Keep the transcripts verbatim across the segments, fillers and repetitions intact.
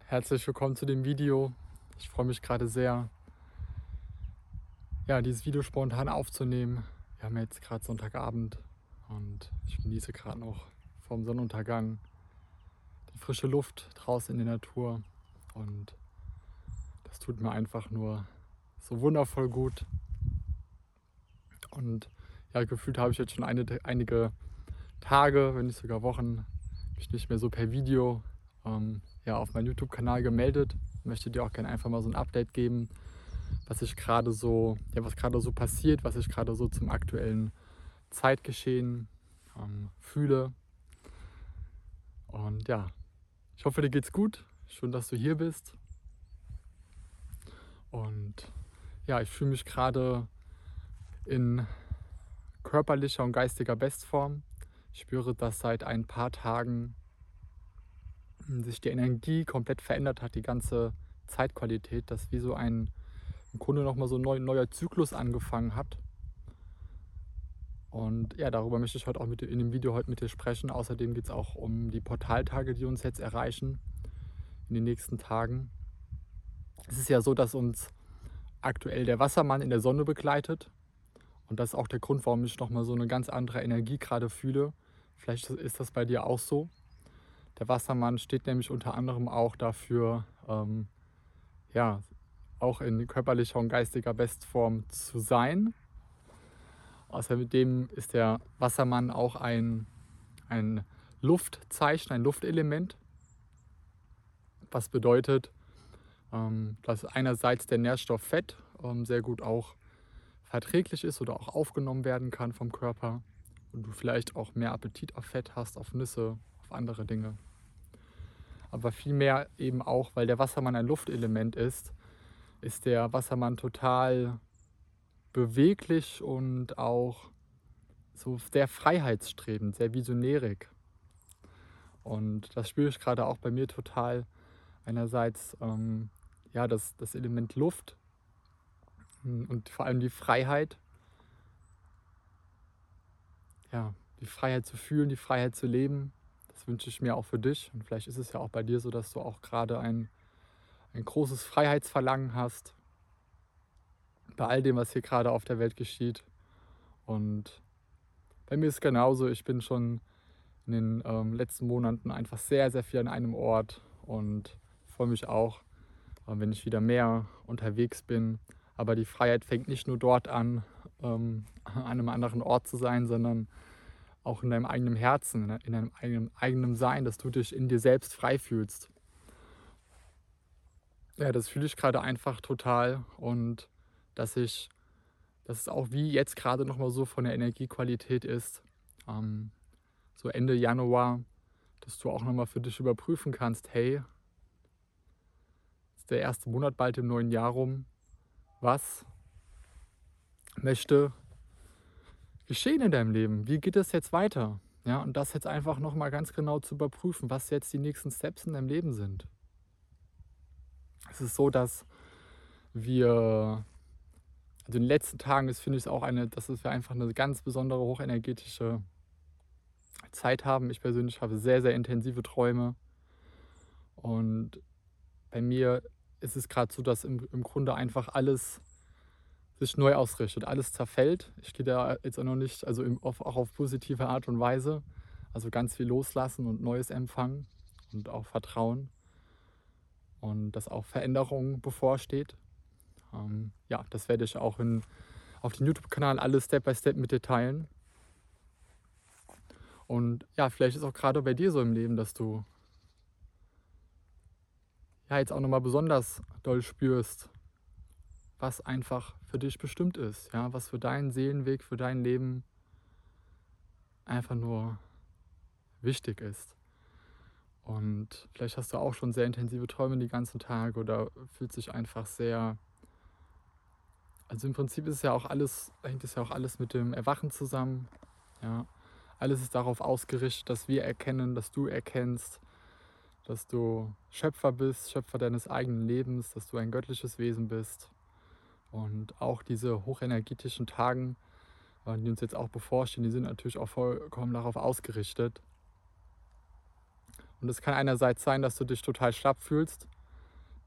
Herzlich willkommen zu dem Video. Ich freue mich gerade sehr, ja, dieses Video spontan aufzunehmen. Wir haben jetzt gerade Sonntagabend und ich genieße gerade noch vorm Sonnenuntergang die frische Luft draußen in der Natur und das tut mir einfach nur so wundervoll gut. Und ja, gefühlt habe ich jetzt schon eine, einige Tage, wenn nicht sogar Wochen, mich nicht mehr so per Video ähm, ja, auf meinen YouTube-Kanal gemeldet. Ich möchte dir auch gerne einfach mal so ein Update geben, was ich gerade so, ja, was gerade so passiert, was ich gerade so zum aktuellen Zeitgeschehen ähm, fühle. Und ja, ich hoffe, dir geht's gut. Schön, dass du hier bist. Und ja, ich fühle mich gerade in körperlicher und geistiger Bestform. Ich spüre, dass seit ein paar Tagen sich die Energie komplett verändert hat, die ganze Zeitqualität, dass wie so ein im Grunde nochmal so ein neu, neuer Zyklus angefangen hat. Und ja, darüber möchte ich heute auch mit, in dem Video heute mit dir sprechen. Außerdem geht es auch um die Portaltage, die uns jetzt erreichen in den nächsten Tagen. Es ist ja so, dass uns aktuell der Wassermann in der Sonne begleitet. Und das ist auch der Grund, warum ich nochmal so eine ganz andere Energie gerade fühle. Vielleicht ist das bei dir auch so. Der Wassermann steht nämlich unter anderem auch dafür, ähm, ja, auch in körperlicher und geistiger Bestform zu sein. Außerdem ist der Wassermann auch ein, ein Luftzeichen, ein Luftelement, was bedeutet, ähm, dass einerseits der Nährstoff Fett ähm, sehr gut auch verträglich ist oder auch aufgenommen werden kann vom Körper und du vielleicht auch mehr Appetit auf Fett hast, auf Nüsse, auf andere Dinge. Aber vielmehr eben auch, weil der Wassermann ein Luftelement ist, ist der Wassermann total beweglich und auch so sehr freiheitsstrebend, sehr visionärig. Und das spüre ich gerade auch bei mir total. Einerseits ähm, ja, das, das Element Luft und vor allem die Freiheit. Ja, die Freiheit zu fühlen, die Freiheit zu leben. Das wünsche ich mir auch für dich. Und vielleicht ist es ja auch bei dir so, dass du auch gerade ein, ein großes Freiheitsverlangen hast bei all dem, was hier gerade auf der Welt geschieht. Und bei mir ist es genauso. Ich bin schon in den ähm, letzten Monaten einfach sehr, sehr viel an einem Ort und freue mich auch, äh, wenn ich wieder mehr unterwegs bin. Aber die Freiheit fängt nicht nur dort an, ähm, an einem anderen Ort zu sein, sondern auch in deinem eigenen Herzen, in deinem eigenen, eigenen Sein, dass du dich in dir selbst frei fühlst. Ja, das fühle ich gerade einfach total und dass ich, dass es auch wie jetzt gerade nochmal so von der Energiequalität ist, ähm, so Ende Januar, dass du auch nochmal für dich überprüfen kannst, hey, ist der erste Monat bald im neuen Jahr rum, was möchte geschehen in deinem Leben? Wie geht es jetzt weiter? Ja, und das jetzt einfach nochmal ganz genau zu überprüfen, was jetzt die nächsten Steps in deinem Leben sind. Es ist so, dass wir, also in den letzten Tagen ist, finde ich es auch eine, dass wir einfach eine ganz besondere hochenergetische Zeit haben. Ich persönlich habe sehr, sehr intensive Träume und bei mir ist es gerade so, dass im, im Grunde einfach alles sich neu ausrichtet, alles zerfällt. Ich gehe da jetzt auch noch nicht, also im, auf, auch auf positive Art und Weise, also ganz viel loslassen und Neues empfangen und auch Vertrauen und dass auch Veränderung bevorsteht. Ähm, ja, das werde ich auch in, auf dem YouTube-Kanal alles Step by Step mit dir teilen. Und ja, vielleicht ist auch gerade bei dir so im Leben, dass du ja jetzt auch nochmal besonders doll spürst, was einfach für dich bestimmt ist, ja, was für deinen Seelenweg, für dein Leben einfach nur wichtig ist. Und vielleicht hast du auch schon sehr intensive Träume die ganzen Tage oder fühlt sich einfach sehr, also im Prinzip ist es ja auch alles, hängt es ja auch alles mit dem Erwachen zusammen, ja. Alles ist darauf ausgerichtet, dass wir erkennen, dass du erkennst, dass du Schöpfer bist, Schöpfer deines eigenen Lebens, dass du ein göttliches Wesen bist. Und auch diese hochenergetischen Tagen, äh, die uns jetzt auch bevorstehen, die sind natürlich auch vollkommen darauf ausgerichtet. Und es kann einerseits sein, dass du dich total schlapp fühlst,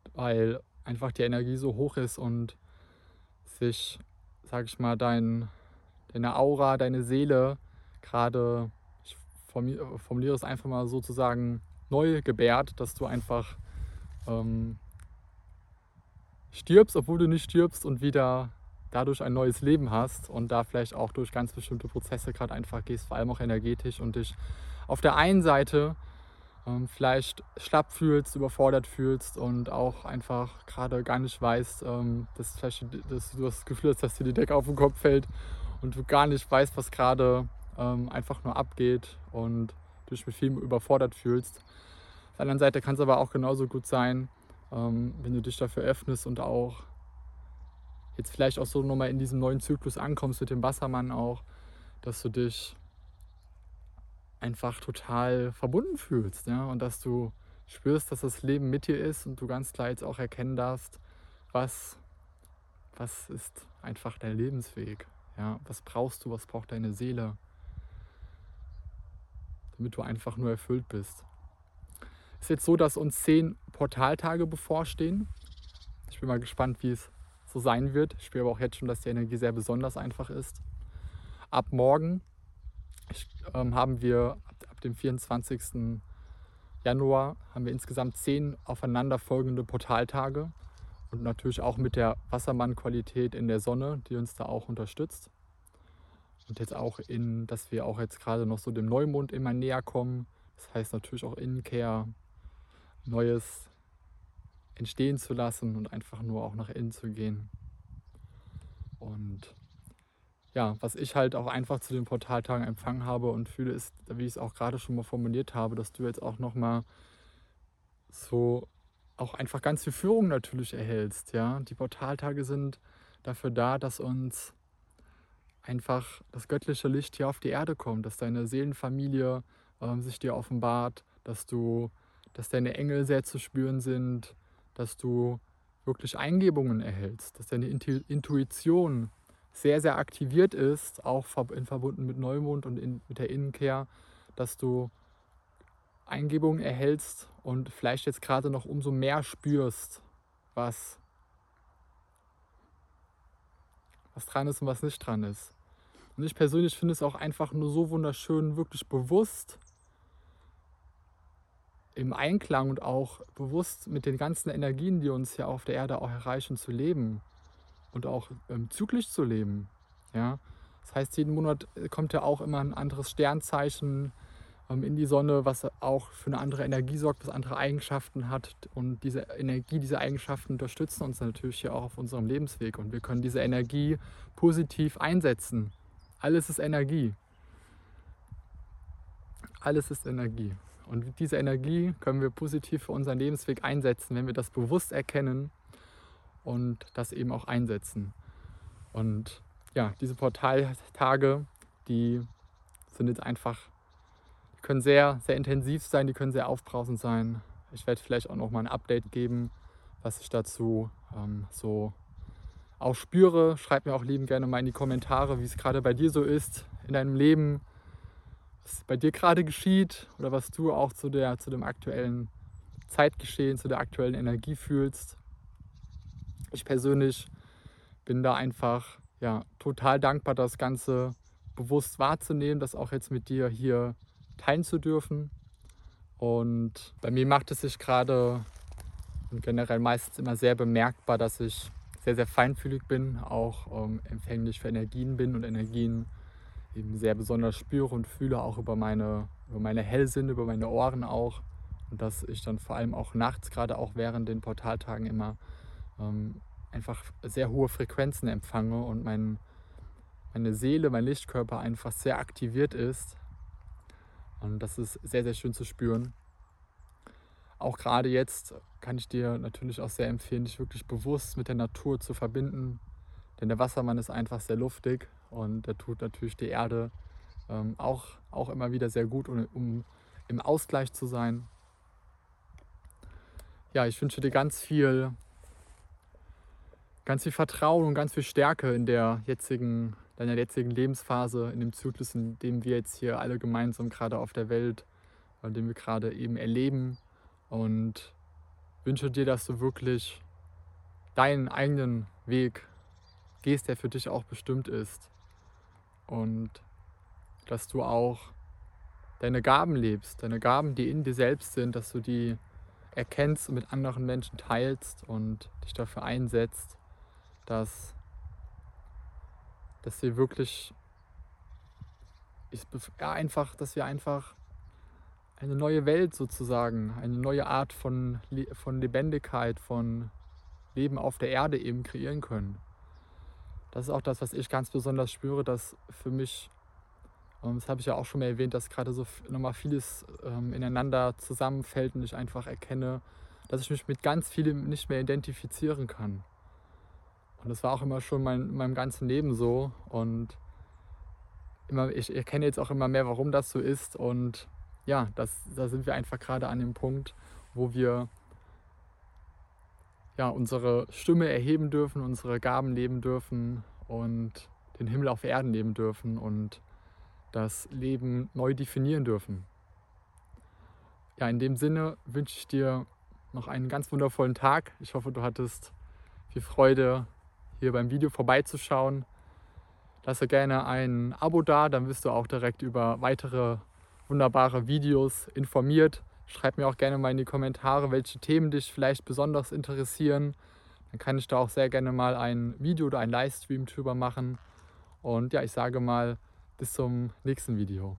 weil einfach die Energie so hoch ist und sich, sage ich mal, dein, deine Aura, deine Seele gerade, ich formi- formuliere es einfach mal sozusagen, neu gebärt, dass du einfach ähm, stirbst, obwohl du nicht stirbst und wieder dadurch ein neues Leben hast und da vielleicht auch durch ganz bestimmte Prozesse gerade einfach gehst, vor allem auch energetisch und dich auf der einen Seite ähm, vielleicht schlapp fühlst, überfordert fühlst und auch einfach gerade gar nicht weißt, ähm, dass, vielleicht, dass du das Gefühl hast, dass dir die Decke auf den Kopf fällt und du gar nicht weißt, was gerade ähm, einfach nur abgeht und du dich mit vielem überfordert fühlst. Auf der anderen Seite kann es aber auch genauso gut sein, ähm, wenn du dich dafür öffnest und auch jetzt vielleicht auch so nochmal in diesem neuen Zyklus ankommst mit dem Wassermann auch, dass du dich einfach total verbunden fühlst, ja, und dass du spürst, dass das Leben mit dir ist und du ganz klar jetzt auch erkennen darfst, was, was ist einfach dein Lebensweg, ja, was brauchst du, was braucht deine Seele, damit du einfach nur erfüllt bist. Es ist jetzt so, dass uns zehn Portaltage bevorstehen. Ich bin mal gespannt, wie es so sein wird. Ich spüre aber auch jetzt schon, dass die Energie sehr besonders einfach ist. Ab morgen ich, ähm, haben wir, ab, ab dem vierundzwanzigsten Januar, haben wir insgesamt zehn aufeinanderfolgende Portaltage und natürlich auch mit der Wassermann-Qualität in der Sonne, die uns da auch unterstützt. Und jetzt auch in, dass wir auch jetzt gerade noch so dem Neumond immer näher kommen. Das heißt natürlich auch Innenkehr, Neues entstehen zu lassen und einfach nur auch nach innen zu gehen. Und ja, was ich halt auch einfach zu den Portaltagen empfangen habe und fühle, ist, wie ich es auch gerade schon mal formuliert habe, dass du jetzt auch nochmal so auch einfach ganz viel Führung natürlich erhältst. Ja? Die Portaltage sind dafür da, dass uns einfach das göttliche Licht hier auf die Erde kommt, dass deine Seelenfamilie ähm, sich dir offenbart, dass du, dass deine Engel sehr zu spüren sind, dass du wirklich Eingebungen erhältst, dass deine Intu Intuition sehr, sehr aktiviert ist, auch in verbunden mit Neumond und in, mit der Innenkehr, dass du Eingebungen erhältst und vielleicht jetzt gerade noch umso mehr spürst, was, was dran ist und was nicht dran ist. Und ich persönlich finde es auch einfach nur so wunderschön, wirklich bewusst im Einklang und auch bewusst mit den ganzen Energien, die uns hier auf der Erde auch erreichen, zu leben und auch ähm, zyklisch zu leben. Ja? Das heißt, jeden Monat kommt ja auch immer ein anderes Sternzeichen ähm, in die Sonne, was auch für eine andere Energie sorgt, was andere Eigenschaften hat. Und diese Energie, diese Eigenschaften unterstützen uns natürlich hier auch auf unserem Lebensweg. Und wir können diese Energie positiv einsetzen. Alles ist Energie. Alles ist Energie. Und diese Energie können wir positiv für unseren Lebensweg einsetzen, wenn wir das bewusst erkennen und das eben auch einsetzen. Und ja, diese Portaltage, die sind jetzt einfach, die können sehr, sehr intensiv sein, die können sehr aufbrausend sein. Ich werde vielleicht auch noch mal ein Update geben, was ich dazu ähm, so auch spüre. Schreib mir auch liebend gerne mal in die Kommentare, wie es gerade bei dir so ist in deinem Leben, was bei dir gerade geschieht oder was du auch zu, der, zu dem aktuellen Zeitgeschehen, zu der aktuellen Energie fühlst. Ich persönlich bin da einfach ja, total dankbar, das Ganze bewusst wahrzunehmen, das auch jetzt mit dir hier teilen zu dürfen. Und bei mir macht es sich gerade und generell meistens immer sehr bemerkbar, dass ich sehr, sehr feinfühlig bin, auch ähm, empfänglich für Energien bin und Energien eben sehr besonders spüre und fühle, auch über meine, über meine Hellsinne, über meine Ohren auch. Und dass ich dann vor allem auch nachts, gerade auch während den Portaltagen immer ähm, einfach sehr hohe Frequenzen empfange und mein, meine Seele, mein Lichtkörper einfach sehr aktiviert ist. Und das ist sehr, sehr schön zu spüren. Auch gerade jetzt kann ich dir natürlich auch sehr empfehlen, dich wirklich bewusst mit der Natur zu verbinden. Denn der Wassermann ist einfach sehr luftig und der tut natürlich die Erde ähm, auch, auch immer wieder sehr gut, um, um im Ausgleich zu sein. Ja, ich wünsche dir ganz viel, ganz viel Vertrauen und ganz viel Stärke in der jetzigen, deiner jetzigen Lebensphase, in dem Zyklus, in dem wir jetzt hier alle gemeinsam gerade auf der Welt, in dem wir gerade eben erleben. Und wünsche dir, dass du wirklich deinen eigenen Weg gehst, der für dich auch bestimmt ist. Und dass du auch deine Gaben lebst, deine Gaben, die in dir selbst sind, dass du die erkennst und mit anderen Menschen teilst und dich dafür einsetzt, dass, dass wir wirklich, ich, ja, einfach, dass wir einfach eine neue Welt sozusagen, eine neue Art von, Le- von Lebendigkeit, von Leben auf der Erde eben kreieren können. Das ist auch das, was ich ganz besonders spüre, dass für mich, ähm, das habe ich ja auch schon mal erwähnt, dass gerade so nochmal vieles ähm, ineinander zusammenfällt und ich einfach erkenne, dass ich mich mit ganz vielem nicht mehr identifizieren kann. Und das war auch immer schon mein, in meinem ganzen Leben so. Und immer, ich erkenne jetzt auch immer mehr, warum das so ist. Und ja, das, da sind wir einfach gerade an dem Punkt, wo wir ja, unsere Stimme erheben dürfen, unsere Gaben leben dürfen und den Himmel auf Erden leben dürfen und das Leben neu definieren dürfen. Ja, in dem Sinne wünsche ich dir noch einen ganz wundervollen Tag. Ich hoffe, du hattest viel Freude, hier beim Video vorbeizuschauen. Lasse gerne ein Abo da, dann wirst du auch direkt über weitere wunderbare Videos informiert. Schreib mir auch gerne mal in die Kommentare, welche Themen dich vielleicht besonders interessieren. Dann kann ich da auch sehr gerne mal ein Video oder ein Livestream drüber machen. Und ja, ich sage mal, bis zum nächsten Video.